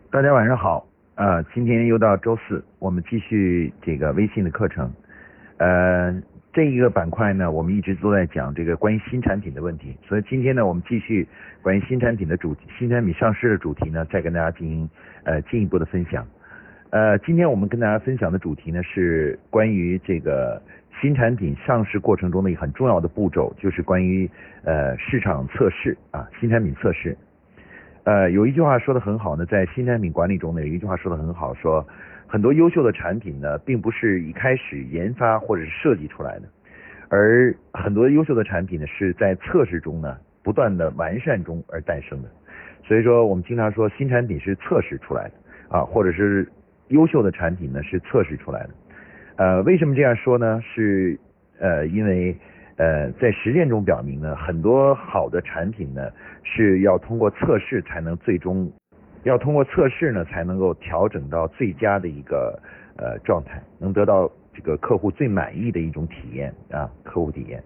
大家晚上好，今天又到周四，我们继续这个微信的课程。这一个板块呢，我们一直都在讲这个关于新产品的问题，所以今天呢，我们继续关于新产品的新产品上市的主题呢，再跟大家进行进一步的分享。今天我们跟大家分享的主题呢，是关于这个新产品上市过程中的一个很重要的步骤，就是关于市场测试新产品测试。有一句话说的很好呢，在新产品管理中呢，有一句话说的很好，说很多优秀的产品呢，并不是一开始研发或者是设计出来的，而很多优秀的产品呢，是在测试中呢，不断的完善中而诞生的。所以说，我们经常说新产品是测试出来的或者是优秀的产品呢是测试出来的。为什么这样说呢？是因为在实践中表明呢，很多好的产品呢是要通过测试才能要通过测试呢才能够调整到最佳的一个状态，能得到这个客户最满意的一种体验客户体验。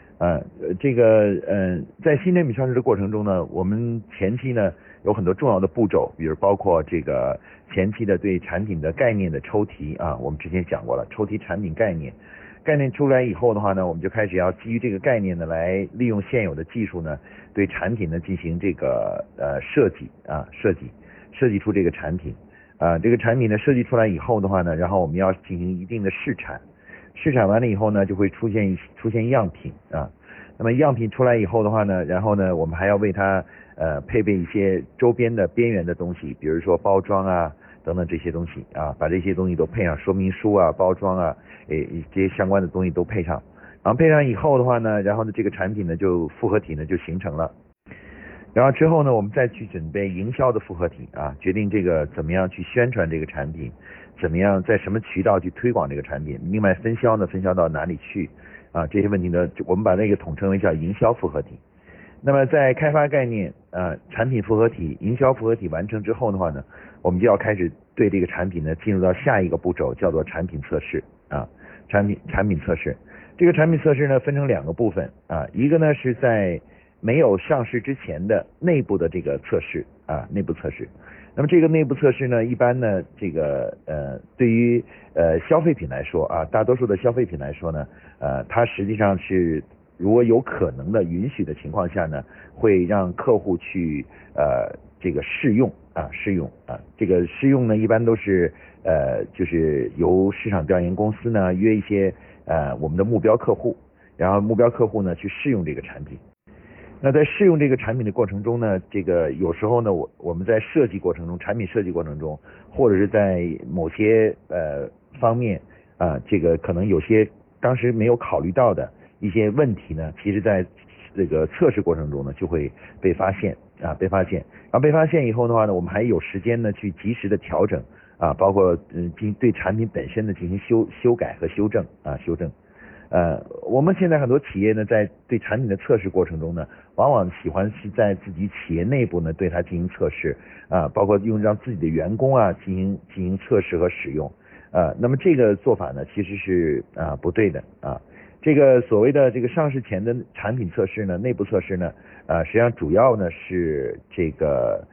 在新产品上市的过程中呢，我们前期呢有很多重要的步骤，比如包括这个前期的对产品的概念的抽题我们之前讲过了，抽题产品概念出来以后的话呢，我们就开始要基于这个概念呢，来利用现有的技术呢，对产品呢进行这个设计出这个产品这个产品呢设计出来以后的话呢，然后我们要进行一定的试产完了以后呢，就会出现样品那么样品出来以后的话呢，然后呢，我们还要为它配备一些周边的边缘的东西，比如说包装等等这些东西把这些东西都配上，说明书包装这些相关的东西都配上，然后配上以后的话呢，然后呢这个产品呢就复合体呢就形成了。然后之后呢，我们再去准备营销的复合体决定这个怎么样去宣传这个产品，怎么样在什么渠道去推广这个产品，另外分销到哪里去这些问题呢，我们把那个统称为叫营销复合体。那么在开发概念产品复合体、营销复合体完成之后的话呢，我们就要开始对这个产品呢进入到下一个步骤，叫做产品测试产品测试。这个产品测试呢分成两个部分一个呢是在没有上市之前的内部的这个测试内部测试。那么这个内部测试呢，一般呢这个对于消费品来说大多数的消费品来说呢它实际上是如果有可能的允许的情况下呢，会让客户去这个试用这个试用呢一般都是就是由市场调研公司呢约一些我们的目标客户，然后目标客户呢去试用这个产品。那在试用这个产品的过程中呢，这个有时候呢我们在设计过程中，产品设计过程中，或者是在某些方面这个可能有些当时没有考虑到的一些问题呢，其实在这个测试过程中呢就会被发现然后被发现以后的话呢，我们还有时间呢去及时的调整包括对产品本身的进行修改和修正。我们现在很多企业呢，在对产品的测试过程中呢，往往喜欢是在自己企业内部呢对它进行测试包括让自己的员工进行测试和使用那么这个做法呢其实是不对的这个所谓的这个上市前的产品测试呢，内部测试呢实际上主要呢是这个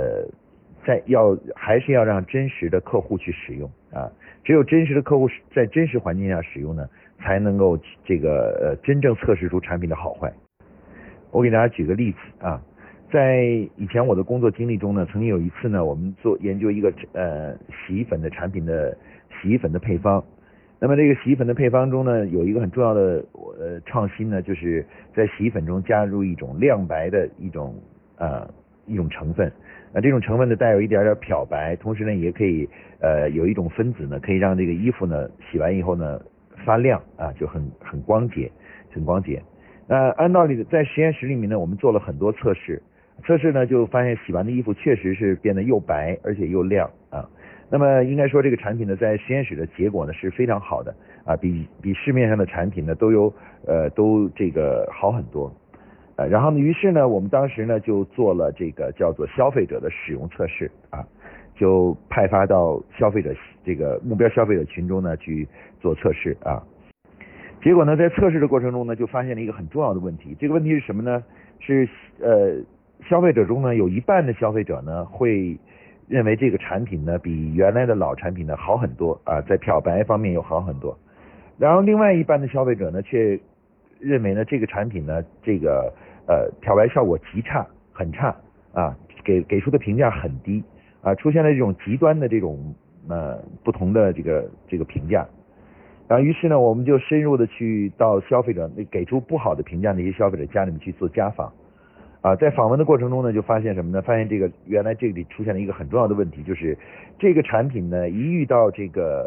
还是要让真实的客户去使用只有真实的客户在真实环境下使用呢，才能够这个真正测试出产品的好坏。我给大家举个例子在以前我的工作经历中呢，曾经有一次呢，我们研究一个洗衣粉的产品的洗衣粉的配方。那么这个洗衣粉的配方中呢，有一个很重要的创新呢，就是在洗衣粉中加入一种亮白的一种成分。这种成分呢带有一点点漂白，同时呢也可以有一种分子呢可以让这个衣服呢洗完以后呢发亮就很光洁。按道理在实验室里面呢，我们做了很多测试呢就发现洗完的衣服确实是变得又白而且又亮那么应该说这个产品呢在实验室的结果呢是非常好的比市面上的产品呢都这个好很多。然后呢，于是呢，我们当时呢就做了这个叫做消费者的使用测试就派发到这个目标消费者群中呢去做测试结果呢，在测试的过程中呢，就发现了一个很重要的问题。这个问题是什么呢？是消费者中呢有一半的消费者呢会认为这个产品呢比原来的老产品呢好很多啊，在漂白方面又好很多。然后另外一半的消费者呢却认为呢这个产品呢这个漂白效果极差，很差啊，给出的评价很低啊，出现了这种极端的这种不同的这个评价。然后于是呢，我们就深入的去到消费者给出不好的评价那些消费者家里面去做家访啊，在访问的过程中呢，就发现什么呢？发现原来这里出现了一个很重要的问题，就是这个产品呢，一遇到这个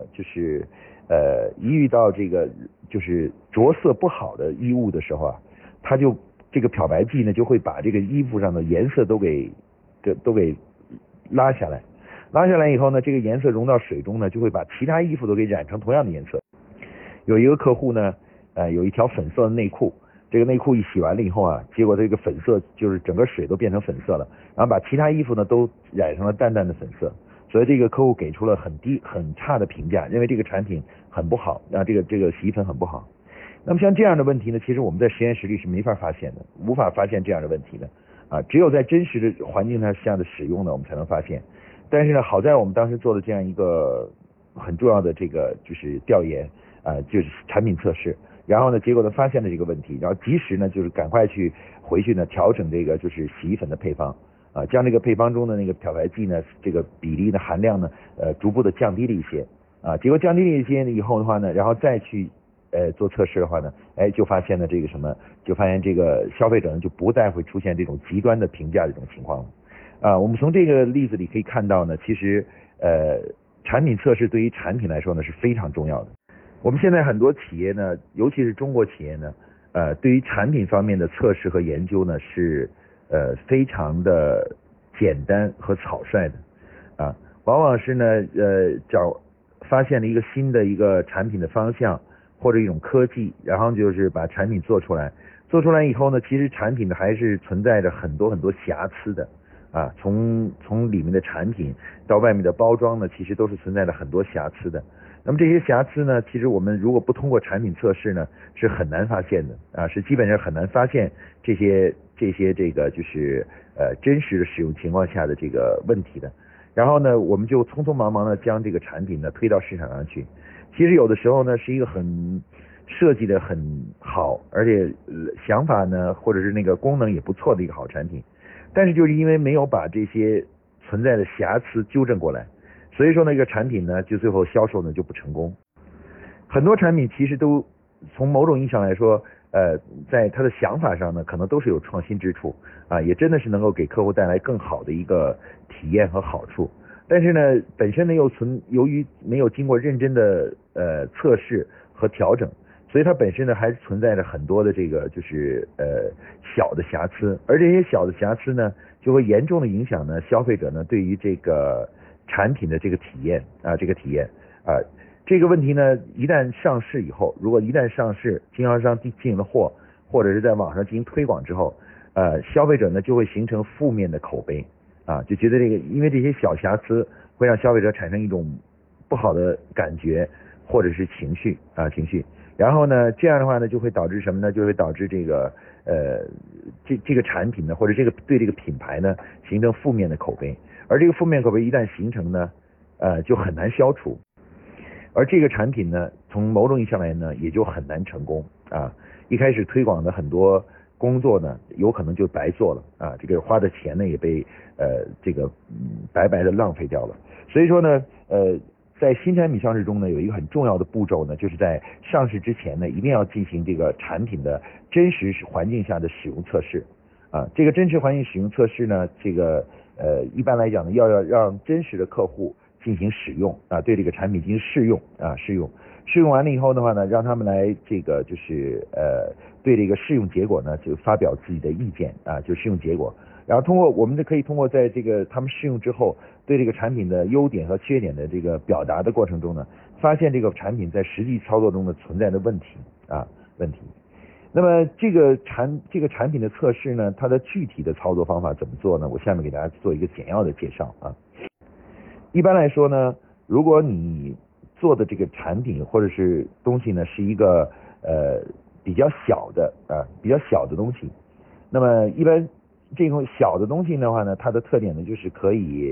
就是着色不好的衣物的时候啊，它就这个漂白剂呢就会把这个衣服上的颜色都给拉下来，拉下来以后呢，这个颜色融到水中呢，就会把其他衣服都给染成同样的颜色。有一个客户呢，有一条粉色的内裤，这个内裤一洗完了以后啊，结果这个粉色就是整个水都变成粉色了，然后把其他衣服呢都染成了淡淡的粉色，所以这个客户给出了很差的评价，认为这个产品很不好，这个洗衣粉很不好。那么像这样的问题呢，其实我们在实验室里是没法发现的，无法发现这样的问题的啊，只有在真实的环境下的使用呢，我们才能发现。但是呢，好在我们当时做了这样一个很重要的这个就是调研就是产品测试，然后呢，结果呢发现了这个问题，然后及时呢就是赶快回去呢调整这个就是洗衣粉的配方啊，将这个配方中的那个漂白剂呢这个比例的含量呢逐步的降低了一些啊，结果降低了一些以后的话呢，然后再去做测试的话呢，就发现呢就发现这个消费者呢就不再会出现这种极端的评价这种情况了啊。我们从这个例子里可以看到呢，其实产品测试对于产品来说呢是非常重要的。我们现在很多企业呢，尤其是中国企业呢，对于产品方面的测试和研究呢是非常的简单和草率的啊，往往是呢发现了一个新的一个产品的方向或者一种科技，然后就是把产品做出来以后呢，其实产品呢还是存在着很多瑕疵的啊，从里面的产品到外面的包装呢，其实都是存在着很多瑕疵的。那么这些瑕疵呢，其实我们如果不通过产品测试呢，是很难发现的啊，是基本上很难发现这些这个就是真实的使用情况下的这个问题的。然后呢，我们就匆匆忙忙的将这个产品呢推到市场上去。其实有的时候呢，是一个设计的很好，而且想法呢或者是那个功能也不错的一个好产品，但是就是因为没有把这些存在的瑕疵纠正过来。所以说那个产品呢，就最后销售呢就不成功。很多产品其实都从某种意义上来说，在它的想法上呢，可能都是有创新之处啊，也真的是能够给客户带来更好的一个体验和好处。但是呢，本身呢由于没有经过认真的测试和调整，所以它本身呢还是存在着很多的这个就是小的瑕疵，而这些小的瑕疵呢，就会严重的影响呢消费者呢对于这个产品的这个体验啊，这个问题呢，一旦上市以后，如果一旦上市，经销商进了货，或者是在网上进行推广之后，消费者呢就会形成负面的口碑啊，就觉得因为这些小瑕疵会让消费者产生一种不好的感觉或者是情绪，然后呢，这样的话呢，就会导致什么呢？就会导致这个这个产品呢，或者对这个品牌呢，形成负面的口碑。而这个负面口碑一旦形成呢，就很难消除。而这个产品呢，从某种意义上来呢，也就很难成功啊。一开始推广的很多工作呢，有可能就白做了啊，这个花的钱呢也被白白的浪费掉了。所以说呢，在新产品上市中呢，有一个很重要的步骤呢，就是在上市之前呢，一定要进行这个产品的真实环境下的使用测试啊。这个真实环境使用测试呢，一般来讲呢，要让真实的客户进行使用啊，对这个产品进行试用啊，试用完了以后的话呢，让他们来对这个试用结果呢就发表自己的意见啊，就试用结果，然后我们可以通过在这个他们试用之后，对这个产品的优点和缺点的这个表达的过程中呢，发现这个产品在实际操作中的存在的问题。那么这个产品的测试呢，它的具体的操作方法怎么做呢？我下面给大家做一个简要的介绍啊。一般来说呢，如果你做的这个产品或者是东西呢，是一个比较小的东西，那么一般这种小的东西的话呢，它的特点呢就是可以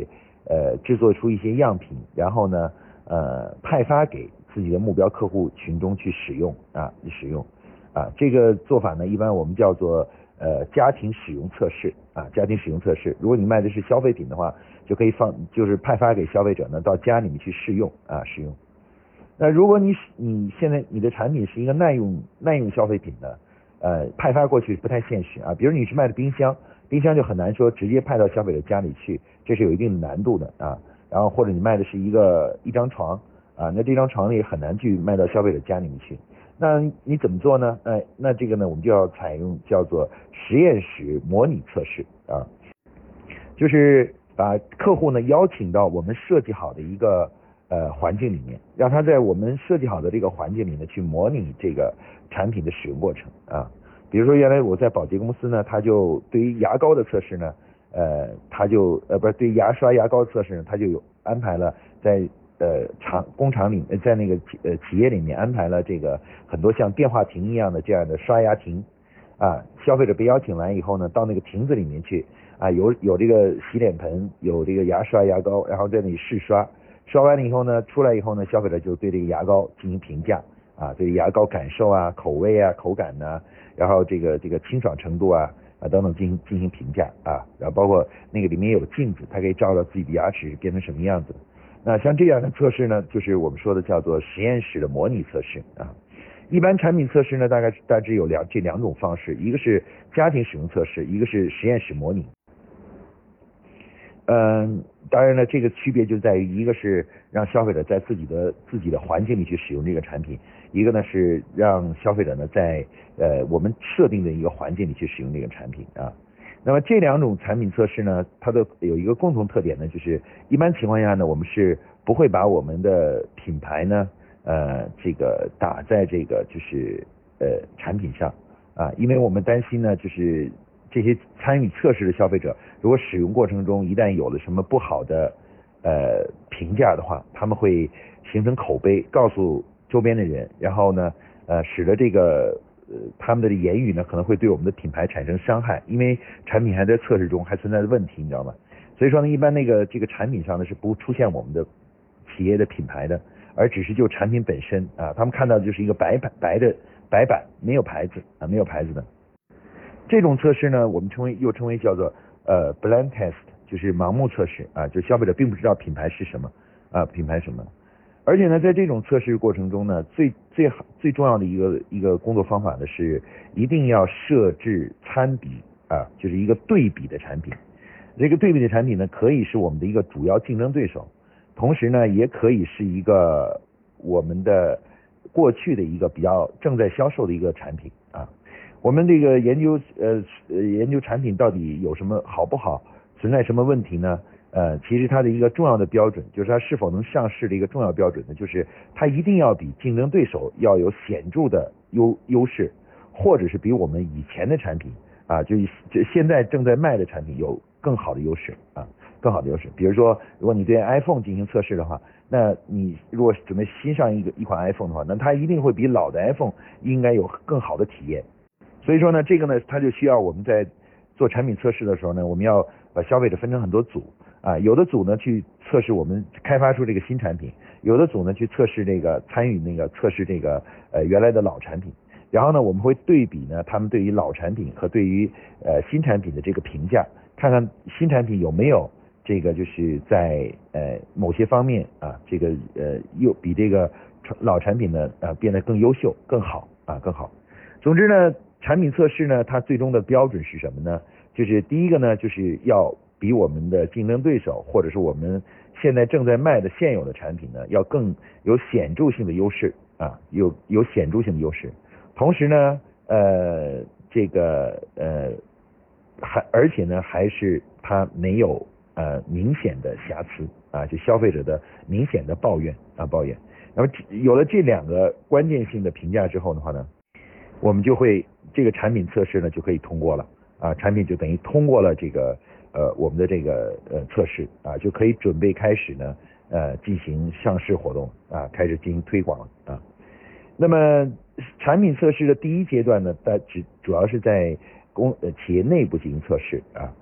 制作出一些样品，然后呢派发给自己的目标客户群中去使用这个做法呢一般我们叫做家庭使用测试家庭使用测试。如果你卖的是消费品的话，就可以就是派发给消费者呢到家里面去试用。那如果你现在你的产品是一个耐用消费品的，派发过去不太现实比如你是卖的冰箱就很难说直接派到消费者家里去，这是有一定的难度的然后或者你卖的是一张床那这张床也很难去卖到消费者家里面去。那你怎么做呢？那这个呢，我们就要采用叫做实验室模拟测试就是把客户呢邀请到我们设计好的一个环境里面，让他在我们设计好的这个环境里呢去模拟这个产品的使用过程比如说原来我在宝洁公司呢，他就对于牙膏的测试呢，对于牙刷牙膏的测试呢，他就有安排了在工厂里在那个企业里面安排了这个很多像电话亭一样的这样的刷牙亭消费者被邀请来以后呢，到那个亭子里面去有这个洗脸盆，有这个牙刷牙膏，然后在那里试刷完了以后呢，出来以后呢，消费者就对这个牙膏进行评价对牙膏感受口味口感然后这个清爽程度等等进行评价然后包括那个里面有镜子，它可以照到自己的牙齿变成什么样子。那像这样的测试呢，就是我们说的叫做实验室的模拟测试一般产品测试呢，大致有这两种方式，一个是家庭使用测试，一个是实验室模拟。当然呢，这个区别就在于一个是让消费者在自己的环境里去使用这个产品，一个呢是让消费者呢在我们设定的一个环境里去使用这个产品那么这两种产品测试呢，它的有一个共同特点呢，就是一般情况下呢，我们是不会把我们的品牌呢这个打在这个就是产品上因为我们担心呢，就是这些参与测试的消费者，如果使用过程中一旦有了什么不好的评价的话，他们会形成口碑，告诉周边的人，然后呢使得这个他们的言语呢可能会对我们的品牌产生伤害，因为产品还在测试中，还存在的问题，你知道吗？所以说呢，一般这个产品上呢是不出现我们的企业的品牌的，而只是就产品本身他们看到的就是一个白板，没有牌子的。这种测试呢，我们又称为叫做blind test， 就是盲目测试就消费者并不知道品牌是什么而且呢，在这种测试过程中呢，最重要的一个工作方法呢是一定要设置参比就是一个对比的产品。这个对比的产品呢，可以是我们的一个主要竞争对手，同时呢，也可以是一个我们的过去的一个比较正在销售的一个产品我们这个研究产品到底有什么好不好，存在什么问题呢？其实它的一个重要的标准，就是它是否能上市的一个重要标准呢，就是它一定要比竞争对手要有显著的优势，或者是比我们以前的产品就现在正在卖的产品有更好的优势更好的优势。比如说，如果你对 iPhone 进行测试的话，那你如果准备新上一款 iPhone 的话，那它一定会比老的 iPhone 应该有更好的体验。所以说呢，这个呢，它就需要我们在做产品测试的时候呢，我们要把消费者分成很多组有的组呢去测试我们开发出这个新产品，有的组呢去测试参与测试这个原来的老产品。然后呢，我们会对比呢他们对于老产品和对于新产品的这个评价，看看新产品有没有这个就是在某些方面这个又比这个老产品呢变得更优秀更好。总之呢，产品测试呢，它最终的标准是什么呢？就是第一个呢，就是要比我们的竞争对手或者是我们现在正在卖的现有的产品呢，要更有显著性的优势有显著性的优势。同时呢，而且呢，还是它没有明显的瑕疵就消费者的明显的抱怨。那么有了这两个关键性的评价之后的话呢，我们就会这个产品测试呢就可以通过了产品就等于通过了这个我们的这个测试就可以准备开始呢进行上市活动开始进行推广了那么产品测试的第一阶段呢，主要是在企业内部进行测试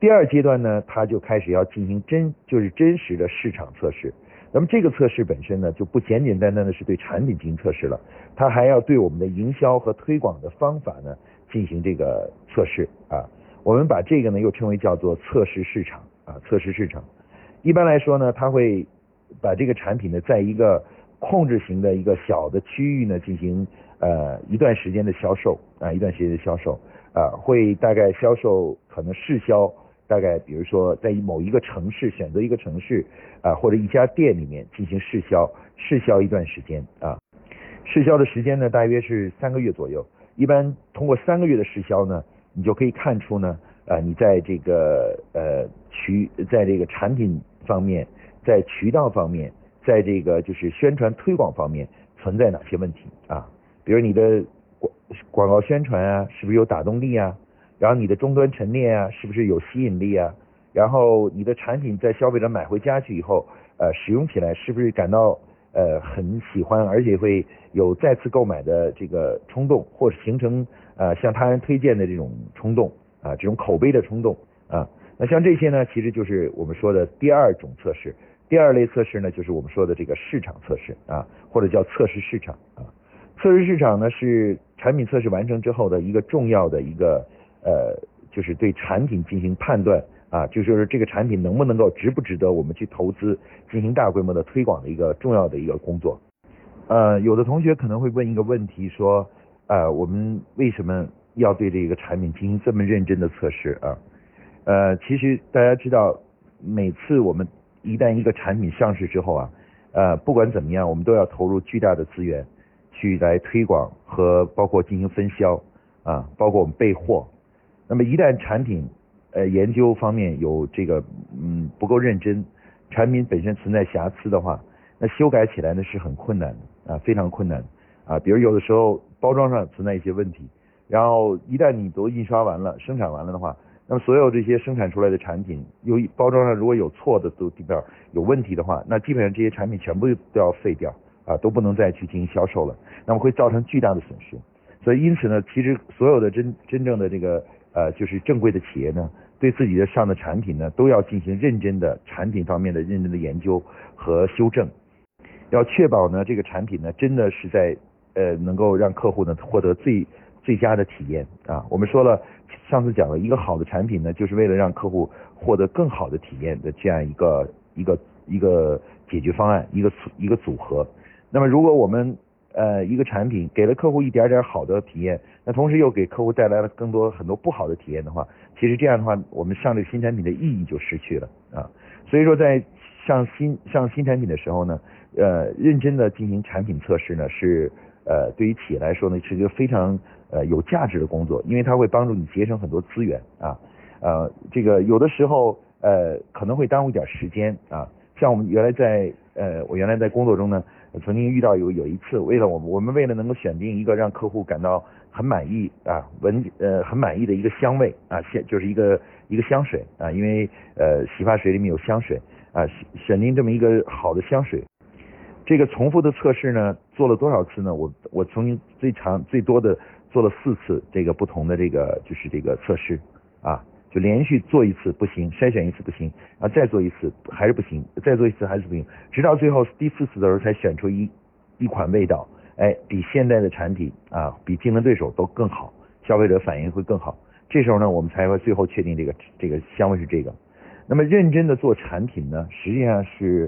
第二阶段呢，它就开始要进行真实的市场测试。那么这个测试本身呢，就不简简单单的是对产品进行测试了，它还要对我们的营销和推广的方法呢进行这个测试啊。我们把这个呢又称为叫做测试市场啊，测试市场。一般来说呢，它会把这个产品呢在一个控制型的一个小的区域呢进行一段时间的销售啊，会大概销售可能试销。大概比如说在某一个城市选择一个城市或者一家店里面进行试销一段时间啊，试销的时间呢大约是3个月左右。一般通过3个月的试销呢，你就可以看出呢你在这个在这个产品方面，在渠道方面，在这个就是宣传推广方面存在哪些问题啊？比如你的广告宣传啊，是不是有打动力啊？然后你的终端陈列啊，是不是有吸引力啊？然后你的产品在消费者买回家去以后，使用起来是不是感到很喜欢，而且会有再次购买的这个冲动，或者形成向他人推荐的这种冲动啊，这种口碑的冲动啊。那像这些呢，其实就是我们说的第二种测试。第二类测试呢，就是我们说的这个市场测试啊，或者叫测试市场啊。测试市场呢，是产品测试完成之后的一个重要的一个就是对产品进行判断啊，就是这个产品能不能够值不值得我们去投资进行大规模的推广的一个重要的一个工作。有的同学可能会问一个问题说，我们为什么要对这个产品进行这么认真的测试啊？其实大家知道，每次我们一旦一个产品上市之后啊，不管怎么样，我们都要投入巨大的资源去来推广和包括进行分销啊，包括我们备货。那么一旦产品研究方面有这个不够认真，产品本身存在瑕疵的话，那修改起来呢是很困难的啊，非常困难啊。比如有的时候包装上存在一些问题，然后一旦你都印刷完了、生产完了的话，那么所有这些生产出来的产品，由于包装上如果有错的地方有问题的话，那基本上这些产品全部都要废掉啊，都不能再去进行销售了，那么会造成巨大的损失。所以因此呢，其实所有的真正的这个就是正规的企业呢，对自己的上的产品呢，都要进行认真的产品方面的认真的研究和修正，要确保呢这个产品呢真的是在能够让客户呢获得最佳的体验啊。我们说了，上次讲了一个好的产品呢，就是为了让客户获得更好的体验的这样一个解决方案，一个组合。那么如果我们一个产品给了客户一点点好的体验，那同时又给客户带来了很多不好的体验的话，其实这样的话，我们上这个新产品的意义就失去了啊。所以说，在上新产品的时候呢，认真的进行产品测试呢，是对于企业来说呢，是一个非常有价值的工作，因为它会帮助你节省很多资源啊。这个有的时候可能会耽误一点时间啊。像我们我原来在工作中呢，曾经遇到有一次，我们为了能够选定一个让客户感到很满意啊很满意的一个香味啊，就是一个香水啊，因为洗发水里面有香水啊，选定这么一个好的香水，这个重复的测试呢做了多少次呢？我曾经最多的做了4次这个不同的就是这个测试啊。就连续做一次不行，筛选一次不行，然后再做一次还是不行，再做一次还是不行，直到最后第4次的时候才选出一款味道，比现在的产品啊，比竞争对手都更好，消费者反应会更好。这时候呢，我们才会最后确定这个香味是这个。那么认真的做产品呢，实际上是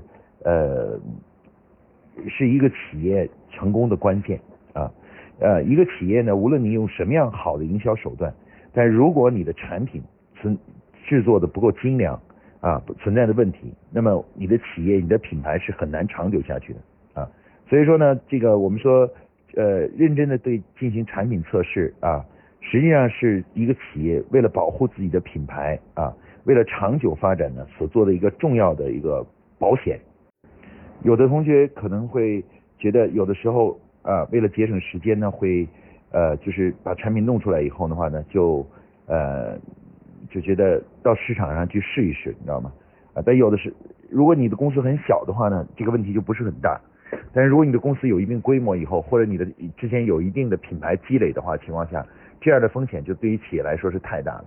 一个企业成功的关键啊。一个企业呢，无论你用什么样好的营销手段，但如果你的产品制作的不够精良啊，存在的问题，那么你的企业、你的品牌是很难长久下去的啊。所以说呢，这个我们说，认真的进行产品测试啊，实际上是一个企业为了保护自己的品牌啊，为了长久发展呢所做的一个重要的一个保险。有的同学可能会觉得，有的时候啊，为了节省时间呢，会就是把产品弄出来以后的话呢，就觉得到市场上去试一试，你知道吗？但有的是，如果你的公司很小的话呢，这个问题就不是很大。但是如果你的公司有一定规模以后，或者你的之前有一定的品牌积累的话情况下，这样的风险就对于企业来说是太大了。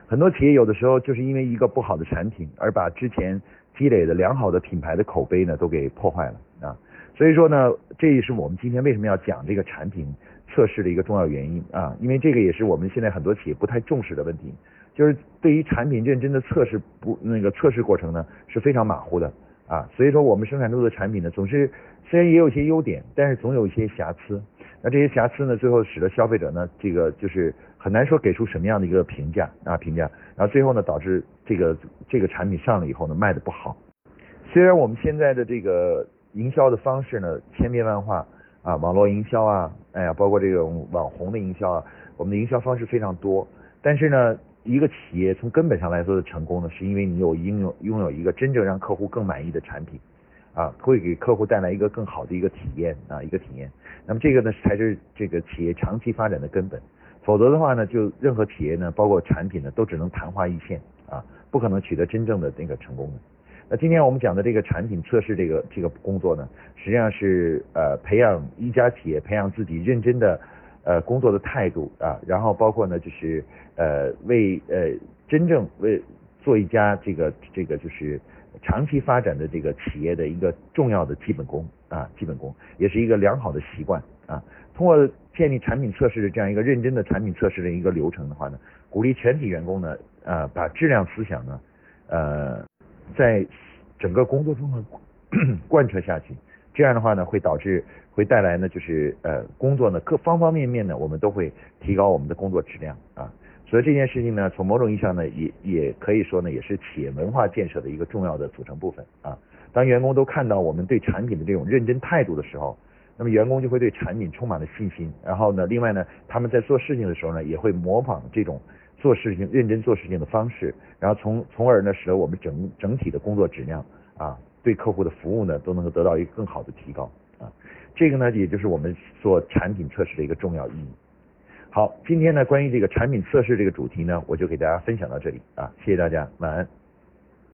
很多企业有的时候就是因为一个不好的产品，而把之前积累的良好的品牌的口碑呢都给破坏了啊。所以说呢，这也是我们今天为什么要讲这个产品测试的一个重要原因啊，因为这个也是我们现在很多企业不太重视的问题，就是对于产品认真的测试测试过程呢是非常马虎的啊。所以说我们生产出的产品呢，总是虽然也有一些优点，但是总有一些瑕疵。那这些瑕疵呢，最后使得消费者呢，这个就是很难说给出什么样的一个评价，然后最后呢，导致这个产品上了以后呢，卖的不好。虽然我们现在的这个营销的方式呢千变万化啊，网络营销啊，包括这种网红的营销啊，我们的营销方式非常多，但是呢，一个企业从根本上来说的成功呢，是因为你拥有一个真正让客户更满意的产品。啊，会给客户带来一个更好的一个体验啊，一个体验。那么这个呢，才是这个企业长期发展的根本。否则的话呢，就任何企业呢，包括产品呢，都只能昙花一现啊，不可能取得真正的那个成功的。那今天我们讲的这个产品测试这个工作呢，实际上是培养一家企业培养自己认真的工作的态度啊，然后包括呢就是真正为做一家这个就是长期发展的这个企业的一个重要的基本功，也是一个良好的习惯啊。通过建立产品测试的这样一个认真的产品测试的一个流程的话呢，鼓励全体员工呢，把质量思想呢，在整个工作中呢贯彻下去。这样的话呢，会带来呢，就是工作呢各方方面面呢，我们都会提高我们的工作质量啊。所以这件事情呢，从某种意义上呢，也可以说呢，也是企业文化建设的一个重要的组成部分啊。当员工都看到我们对产品的这种认真态度的时候，那么员工就会对产品充满了信心。然后呢，另外呢，他们在做事情的时候呢，也会模仿这种认真做事情的方式，然后从而呢，使得我们整体的工作质量啊，对客户的服务呢，都能够得到一个更好的提高啊。这个呢，也就是我们做产品测试的一个重要意义。好，今天呢，关于这个产品测试这个主题呢，我就给大家分享到这里啊，谢谢大家，晚安。